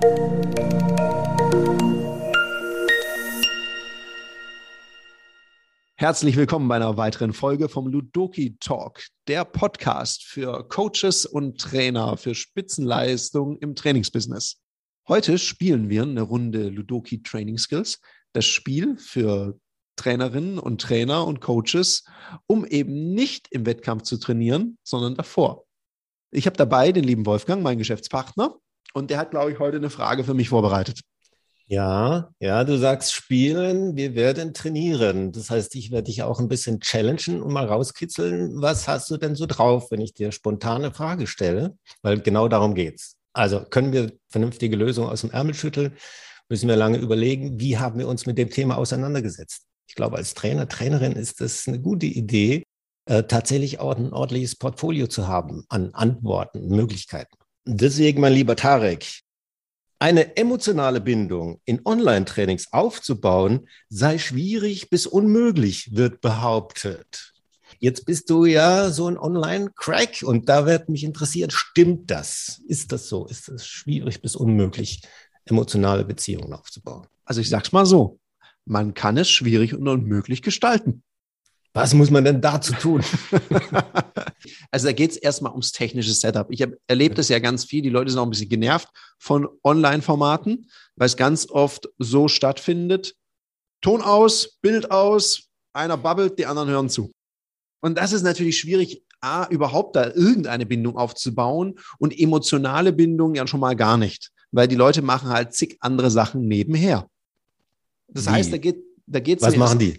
Herzlich willkommen bei einer weiteren Folge vom Ludoki Talk, der Podcast für Coaches und Trainer für Spitzenleistung im Trainingsbusiness. Heute spielen wir eine Runde Ludoki Training Skills, das Spiel für Trainerinnen und Trainer und Coaches, um eben nicht im Wettkampf zu trainieren, sondern davor. Ich habe dabei den lieben Wolfgang, meinen Geschäftspartner, und der hat, glaube ich, heute eine Frage für mich vorbereitet. Ja, du sagst spielen, wir werden trainieren. Das heißt, ich werde dich auch ein bisschen challengen und mal rauskitzeln. Was hast du denn so drauf, wenn ich dir spontane Frage stelle? Weil genau darum geht's. Also können wir vernünftige Lösungen aus dem Ärmel schütteln? Müssen wir lange überlegen, wie haben wir uns mit dem Thema auseinandergesetzt? Ich glaube, als Trainer, Trainerin ist das eine gute Idee, tatsächlich auch ein ordentliches Portfolio zu haben an Antworten, Möglichkeiten. Deswegen, mein lieber Tarek, eine emotionale Bindung in Online-Trainings aufzubauen, sei schwierig bis unmöglich, wird behauptet. Jetzt bist du ja so ein Online-Crack und da wird mich interessieren, stimmt das? Ist das so? Ist es schwierig bis unmöglich, emotionale Beziehungen aufzubauen? Also ich sag's mal so, man kann es schwierig und unmöglich gestalten. Was muss man denn dazu tun? Also da geht es erstmal ums technische Setup. Ich habe erlebt das ja ganz viel. Die Leute sind auch ein bisschen genervt von Online-Formaten, weil es ganz oft so stattfindet. Ton aus, Bild aus, einer babbelt, die anderen hören zu. Und das ist natürlich schwierig, überhaupt da irgendeine Bindung aufzubauen und emotionale Bindung ja schon mal gar nicht, weil die Leute machen halt zig andere Sachen nebenher. Das heißt, da geht's Was machen die?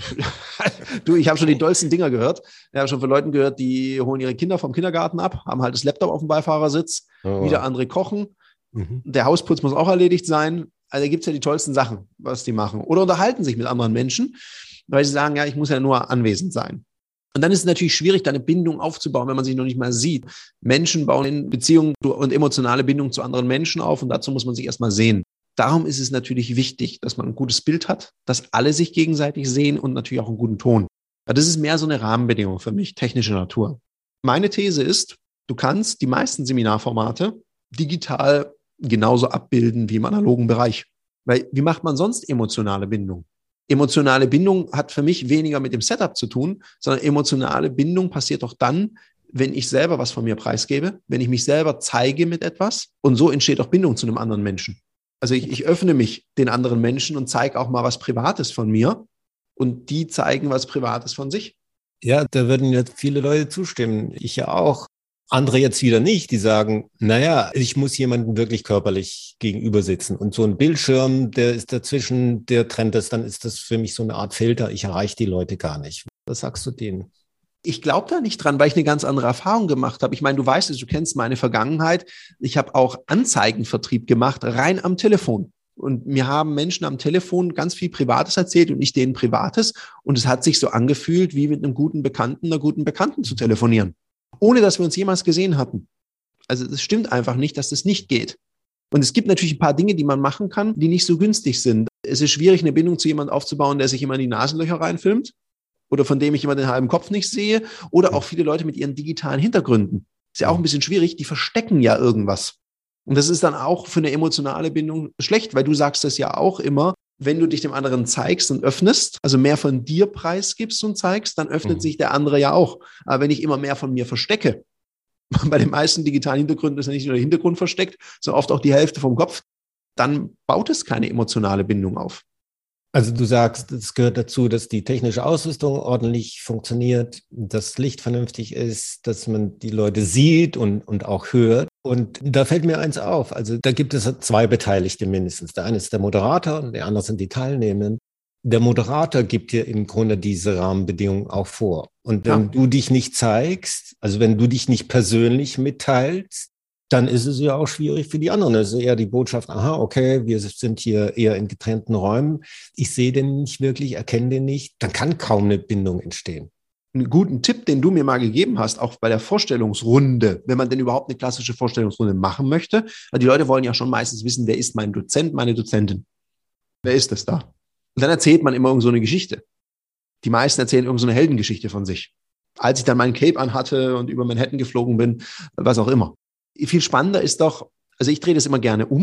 Du, ich habe schon die dollsten Dinger gehört. Ich habe schon von Leuten gehört, die holen ihre Kinder vom Kindergarten ab, haben halt das Laptop auf dem Beifahrersitz, wieder andere kochen. Der Hausputz muss auch erledigt sein. Also da gibt es ja die tollsten Sachen, was die machen. Oder unterhalten sich mit anderen Menschen, weil sie sagen, ja, ich muss ja nur anwesend sein. Und dann ist es natürlich schwierig, da eine Bindung aufzubauen, wenn man sich noch nicht mal sieht. Menschen bauen in Beziehungen und emotionale Bindung zu anderen Menschen auf und dazu muss man sich erstmal sehen. Darum ist es natürlich wichtig, dass man ein gutes Bild hat, dass alle sich gegenseitig sehen und natürlich auch einen guten Ton. Das ist mehr so eine Rahmenbedingung für mich, technische Natur. Meine These ist, du kannst die meisten Seminarformate digital genauso abbilden wie im analogen Bereich. Weil wie macht man sonst emotionale Bindung? Emotionale Bindung hat für mich weniger mit dem Setup zu tun, sondern emotionale Bindung passiert doch dann, wenn ich selber was von mir preisgebe, wenn ich mich selber zeige mit etwas und so entsteht auch Bindung zu einem anderen Menschen. Also ich öffne mich den anderen Menschen und zeige auch mal was Privates von mir und die zeigen was Privates von sich. Ja, da würden jetzt viele Leute zustimmen. Ich ja auch. Andere jetzt wieder nicht, die sagen, naja, ich muss jemandem wirklich körperlich gegenüber sitzen. Und so ein Bildschirm, der ist dazwischen, der trennt das, dann ist das für mich so eine Art Filter. Ich erreiche die Leute gar nicht. Was sagst du denen? Ich glaube da nicht dran, weil ich eine ganz andere Erfahrung gemacht habe. Ich meine, du weißt es, du kennst meine Vergangenheit. Ich habe auch Anzeigenvertrieb gemacht, rein am Telefon. Und mir haben Menschen am Telefon ganz viel Privates erzählt und ich denen Privates. Und es hat sich so angefühlt, wie mit einem guten Bekannten, einer guten Bekannten zu telefonieren. Ohne, dass wir uns jemals gesehen hatten. Also es stimmt einfach nicht, dass das nicht geht. Und es gibt natürlich ein paar Dinge, die man machen kann, die nicht so günstig sind. Es ist schwierig, eine Bindung zu jemandem aufzubauen, der sich immer in die Nasenlöcher reinfilmt. Oder von dem ich immer den halben Kopf nicht sehe. Oder auch viele Leute mit ihren digitalen Hintergründen. Ist ja auch ein bisschen schwierig, die verstecken ja irgendwas. Und das ist dann auch für eine emotionale Bindung schlecht, weil du sagst das ja auch immer, wenn du dich dem anderen zeigst und öffnest, also mehr von dir preisgibst und zeigst, dann öffnet sich der andere ja auch. Aber wenn ich immer mehr von mir verstecke, bei den meisten digitalen Hintergründen ist ja nicht nur der Hintergrund versteckt, sondern oft auch die Hälfte vom Kopf, dann baut es keine emotionale Bindung auf. Also du sagst, es gehört dazu, dass die technische Ausrüstung ordentlich funktioniert, das Licht vernünftig ist, dass man die Leute sieht und auch hört. Und da fällt mir eins auf. Also da gibt es zwei Beteiligte mindestens. Der eine ist der Moderator und der andere sind die Teilnehmenden. Der Moderator gibt dir im Grunde diese Rahmenbedingungen auch vor. Und wenn du dich nicht zeigst, also wenn du dich nicht persönlich mitteilst, dann ist es ja auch schwierig für die anderen. Es ist eher die Botschaft, aha, okay, wir sind hier eher in getrennten Räumen. Ich sehe den nicht wirklich, erkenne den nicht. Dann kann kaum eine Bindung entstehen. Einen guten Tipp, den du mir mal gegeben hast, auch bei der Vorstellungsrunde, wenn man denn überhaupt eine klassische Vorstellungsrunde machen möchte. Weil die Leute wollen ja schon meistens wissen, wer ist mein Dozent, meine Dozentin? Wer ist das da? Und dann erzählt man immer irgend so eine Geschichte. Die meisten erzählen irgend so eine Heldengeschichte von sich. Als ich dann meinen Cape anhatte und über Manhattan geflogen bin, was auch immer. Viel spannender ist doch, also ich drehe das immer gerne um.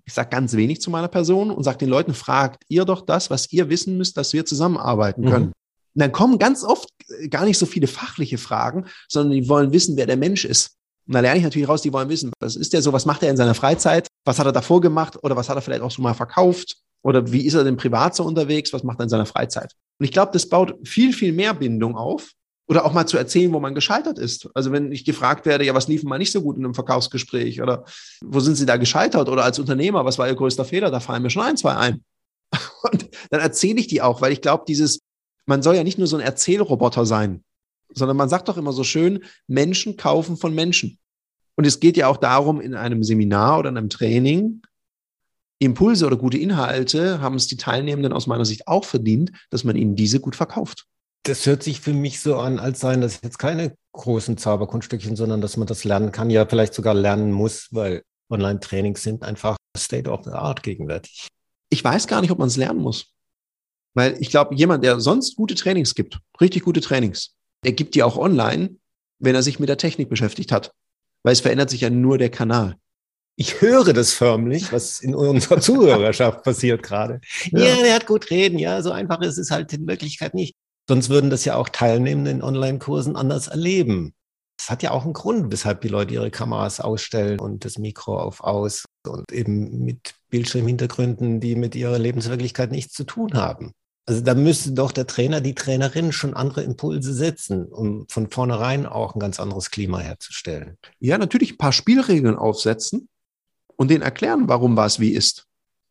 Ich sage ganz wenig zu meiner Person und sage den Leuten, fragt ihr doch das, was ihr wissen müsst, dass wir zusammenarbeiten können. Und dann kommen ganz oft gar nicht so viele fachliche Fragen, sondern die wollen wissen, wer der Mensch ist. Und da lerne ich natürlich raus, die wollen wissen, was ist der so, was macht er in seiner Freizeit, was hat er davor gemacht oder was hat er vielleicht auch schon mal verkauft oder wie ist er denn privat so unterwegs, was macht er in seiner Freizeit. Und ich glaube, das baut viel, viel mehr Bindung auf. Oder auch mal zu erzählen, wo man gescheitert ist. Also wenn ich gefragt werde, ja, was lief mal nicht so gut in einem Verkaufsgespräch oder wo sind Sie da gescheitert oder als Unternehmer, was war Ihr größter Fehler? Da fallen mir schon 1, 2 ein. Und dann erzähle ich die auch, weil ich glaube, man soll ja nicht nur so ein Erzählroboter sein, sondern man sagt doch immer so schön, Menschen kaufen von Menschen. Und es geht ja auch darum, in einem Seminar oder in einem Training Impulse oder gute Inhalte haben es die Teilnehmenden aus meiner Sicht auch verdient, dass man ihnen diese gut verkauft. Das hört sich für mich so an, als seien das jetzt keine großen Zauberkunststückchen, sondern dass man das lernen kann, ja vielleicht sogar lernen muss, weil Online-Trainings sind einfach State of the Art gegenwärtig. Ich weiß gar nicht, ob man es lernen muss. Weil ich glaube, jemand, der sonst gute Trainings gibt, richtig gute Trainings, der gibt die auch online, wenn er sich mit der Technik beschäftigt hat. Weil es verändert sich ja nur der Kanal. Ich höre das förmlich, was in unserer Zuhörerschaft passiert gerade. Ja, der hat gut reden. Ja, so einfach ist es halt in Wirklichkeit nicht. Sonst würden das ja auch Teilnehmende in Online-Kursen anders erleben. Das hat ja auch einen Grund, weshalb die Leute ihre Kameras ausstellen und das Mikro auf aus und eben mit Bildschirmhintergründen, die mit ihrer Lebenswirklichkeit nichts zu tun haben. Also da müsste doch der Trainer, die Trainerin schon andere Impulse setzen, um von vornherein auch ein ganz anderes Klima herzustellen. Ja, natürlich ein paar Spielregeln aufsetzen und denen erklären, warum was wie ist.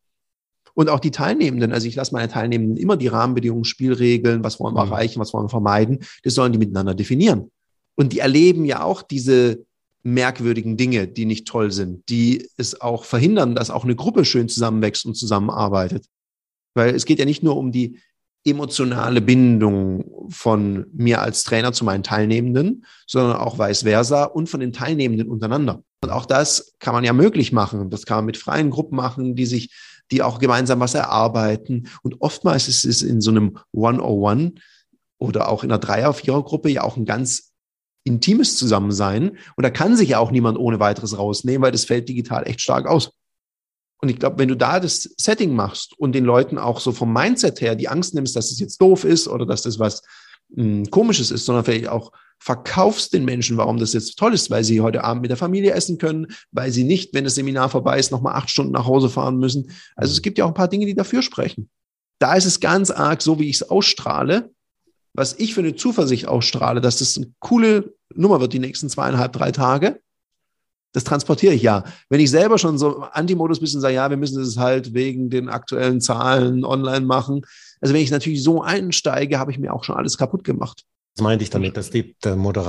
Und auch die Teilnehmenden, also ich lasse meine Teilnehmenden immer die Rahmenbedingungen, Spielregeln, was wollen wir erreichen, was wollen wir vermeiden, das sollen die miteinander definieren. Und die erleben ja auch diese merkwürdigen Dinge, die nicht toll sind, die es auch verhindern, dass auch eine Gruppe schön zusammenwächst und zusammenarbeitet. Weil es geht ja nicht nur um die emotionale Bindung von mir als Trainer zu meinen Teilnehmenden, sondern auch vice versa und von den Teilnehmenden untereinander. Und auch das kann man ja möglich machen. Das kann man mit freien Gruppen machen, die auch gemeinsam was erarbeiten. Und oftmals ist es in so einem One-on-One oder auch in einer Dreier-, Vierer-Gruppe ja auch ein ganz intimes Zusammensein. Und da kann sich ja auch niemand ohne weiteres rausnehmen, weil das fällt digital echt stark aus. Und ich glaube, wenn du da das Setting machst und den Leuten auch so vom Mindset her die Angst nimmst, dass es jetzt doof ist oder dass das was Komisches ist, sondern vielleicht auch verkaufst den Menschen, warum das jetzt toll ist, weil sie heute Abend mit der Familie essen können, weil sie nicht, wenn das Seminar vorbei ist, nochmal 8 Stunden nach Hause fahren müssen. Also es gibt ja auch ein paar Dinge, die dafür sprechen. Da ist es ganz arg so, wie ich es ausstrahle, was ich für eine Zuversicht ausstrahle, dass das eine coole Nummer wird die nächsten 2,5, 3 Tage. Das transportiere ich ja. Wenn ich selber schon so Anti-Modus bin und sage, ja, wir müssen das halt wegen den aktuellen Zahlen online machen. Also wenn ich natürlich so einsteige, habe ich mir auch schon alles kaputt gemacht. Das meinte ich damit, dass die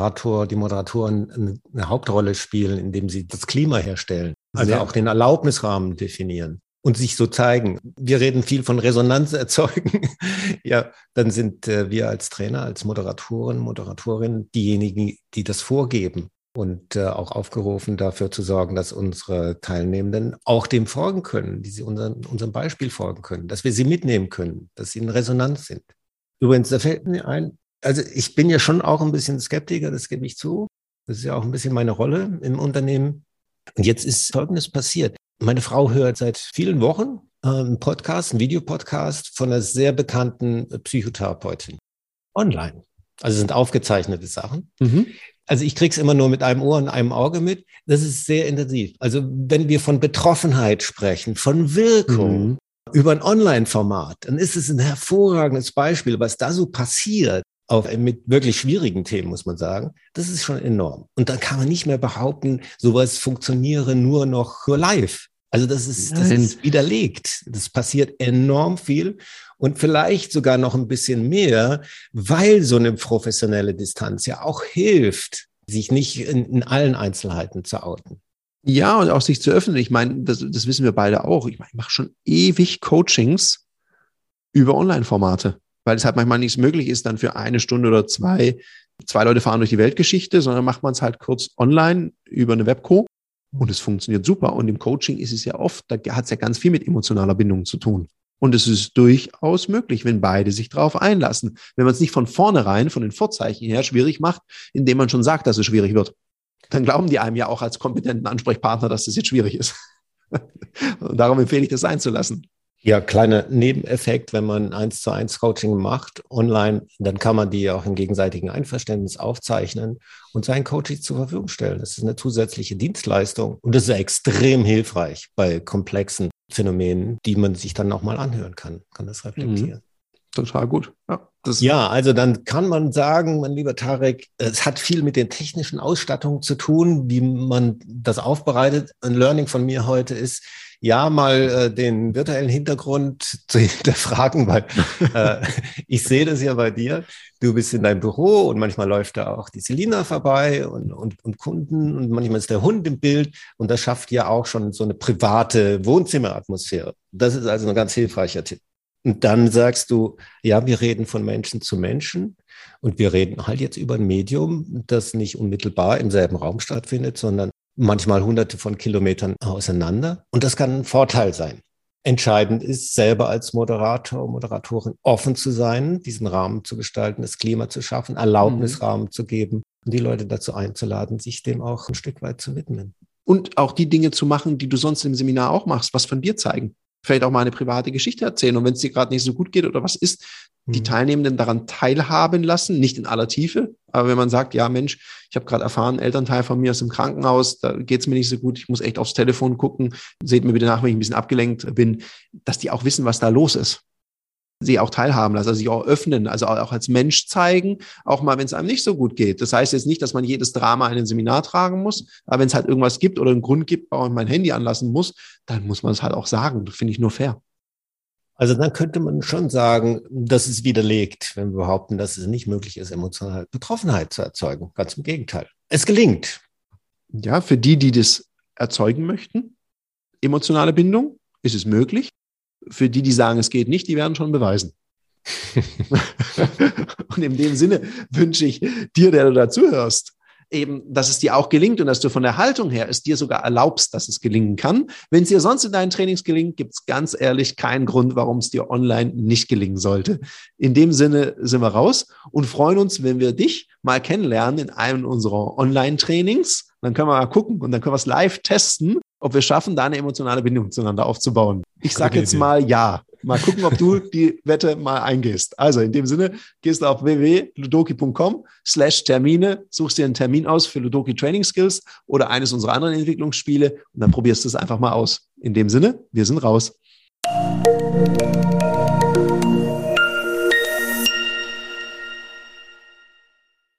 Moderatoren eine Hauptrolle spielen, indem sie das Klima herstellen. Also auch den Erlaubnisrahmen definieren und sich so zeigen. Wir reden viel von Resonanz erzeugen. Ja, dann sind wir als Trainer, als Moderatorinnen diejenigen, die das vorgeben. Und auch aufgerufen, dafür zu sorgen, dass unsere Teilnehmenden auch dem folgen können, die sie unserem Beispiel folgen können, dass wir sie mitnehmen können, dass sie in Resonanz sind. Übrigens, da fällt mir ein, also ich bin ja schon auch ein bisschen Skeptiker, das gebe ich zu. Das ist ja auch ein bisschen meine Rolle im Unternehmen. Und jetzt ist Folgendes passiert. Meine Frau hört seit vielen Wochen einen Videopodcast von einer sehr bekannten Psychotherapeutin online. Also es sind aufgezeichnete Sachen. Also ich kriege es immer nur mit einem Ohr und einem Auge mit. Das ist sehr intensiv. Also wenn wir von Betroffenheit sprechen, von Wirkung über ein Online-Format, dann ist es ein hervorragendes Beispiel, was da so passiert, auch mit wirklich schwierigen Themen, muss man sagen. Das ist schon enorm. Und dann kann man nicht mehr behaupten, sowas funktioniere nur live. Also das ist widerlegt. Das passiert enorm viel und vielleicht sogar noch ein bisschen mehr, weil so eine professionelle Distanz ja auch hilft, sich nicht in allen Einzelheiten zu outen. Ja, und auch sich zu öffnen. Ich meine, das wissen wir beide auch. Ich mache schon ewig Coachings über Online-Formate, weil es halt manchmal nicht möglich ist, dann für 1 Stunde oder 2 Leute fahren durch die Weltgeschichte, sondern macht man es halt kurz online über eine Webco. Und es funktioniert super. Und im Coaching ist es ja oft, da hat es ja ganz viel mit emotionaler Bindung zu tun. Und es ist durchaus möglich, wenn beide sich darauf einlassen. Wenn man es nicht von vornherein, von den Vorzeichen her schwierig macht, indem man schon sagt, dass es schwierig wird. Dann glauben die einem ja auch als kompetenten Ansprechpartner, dass das jetzt schwierig ist. Und darum empfehle ich, das einzulassen. Ja, kleiner Nebeneffekt, wenn man 1:1 Coaching macht online, dann kann man die auch im gegenseitigen Einverständnis aufzeichnen und seinen Coaches zur Verfügung stellen. Das ist eine zusätzliche Dienstleistung und das ist extrem hilfreich bei komplexen Phänomenen, die man sich dann auch mal anhören kann das reflektieren. Total gut. Ja, also dann kann man sagen, mein lieber Tarek, es hat viel mit den technischen Ausstattungen zu tun, wie man das aufbereitet. Ein Learning von mir heute ist, ja, mal den virtuellen Hintergrund zu hinterfragen, weil ich sehe das ja bei dir. Du bist in deinem Büro und manchmal läuft da auch die Selina vorbei und Kunden und manchmal ist der Hund im Bild und das schafft ja auch schon so eine private Wohnzimmeratmosphäre. Das ist also ein ganz hilfreicher Tipp. Und dann sagst du, ja, wir reden von Menschen zu Menschen und wir reden halt jetzt über ein Medium, das nicht unmittelbar im selben Raum stattfindet, sondern manchmal hunderte von Kilometern auseinander. Und das kann ein Vorteil sein. Entscheidend ist, selber als Moderator, Moderatorin offen zu sein, diesen Rahmen zu gestalten, das Klima zu schaffen, Erlaubnisrahmen zu geben und die Leute dazu einzuladen, sich dem auch ein Stück weit zu widmen. Und auch die Dinge zu machen, die du sonst im Seminar auch machst, was von dir zeigen. Vielleicht auch mal eine private Geschichte erzählen. Und wenn es dir gerade nicht so gut geht oder was ist, die Teilnehmenden daran teilhaben lassen, nicht in aller Tiefe. Aber wenn man sagt, ja Mensch, ich habe gerade erfahren, ein Elternteil von mir ist im Krankenhaus, da geht es mir nicht so gut, ich muss echt aufs Telefon gucken, seht mir bitte nach, wenn ich ein bisschen abgelenkt bin, dass die auch wissen, was da los ist. Sie auch teilhaben lassen, also sich auch öffnen, also auch als Mensch zeigen, auch mal, wenn es einem nicht so gut geht. Das heißt jetzt nicht, dass man jedes Drama in ein Seminar tragen muss, aber wenn es halt irgendwas gibt oder einen Grund gibt, warum man mein Handy anlassen muss, dann muss man es halt auch sagen. Das finde ich nur fair. Also dann könnte man schon sagen, das ist widerlegt, wenn wir behaupten, dass es nicht möglich ist, emotionale Betroffenheit zu erzeugen. Ganz im Gegenteil. Es gelingt. Ja, für die das erzeugen möchten, emotionale Bindung, ist es möglich. Für die sagen, es geht nicht, die werden schon beweisen. Und in dem Sinne wünsche ich dir, der du dazuhörst, eben, dass es dir auch gelingt und dass du von der Haltung her es dir sogar erlaubst, dass es gelingen kann. Wenn es dir sonst in deinen Trainings gelingt, gibt es ganz ehrlich keinen Grund, warum es dir online nicht gelingen sollte. In dem Sinne sind wir raus und freuen uns, wenn wir dich mal kennenlernen in einem unserer Online-Trainings. Dann können wir mal gucken und dann können wir es live testen, ob wir schaffen, da eine emotionale Bindung zueinander aufzubauen. Ich sage jetzt mal ja. Mal gucken, ob du die Wette mal eingehst. Also in dem Sinne, gehst du auf www.ludoki.com/Termine, suchst dir einen Termin aus für Ludoki Training Skills oder eines unserer anderen Entwicklungsspiele und dann probierst du es einfach mal aus. In dem Sinne, wir sind raus.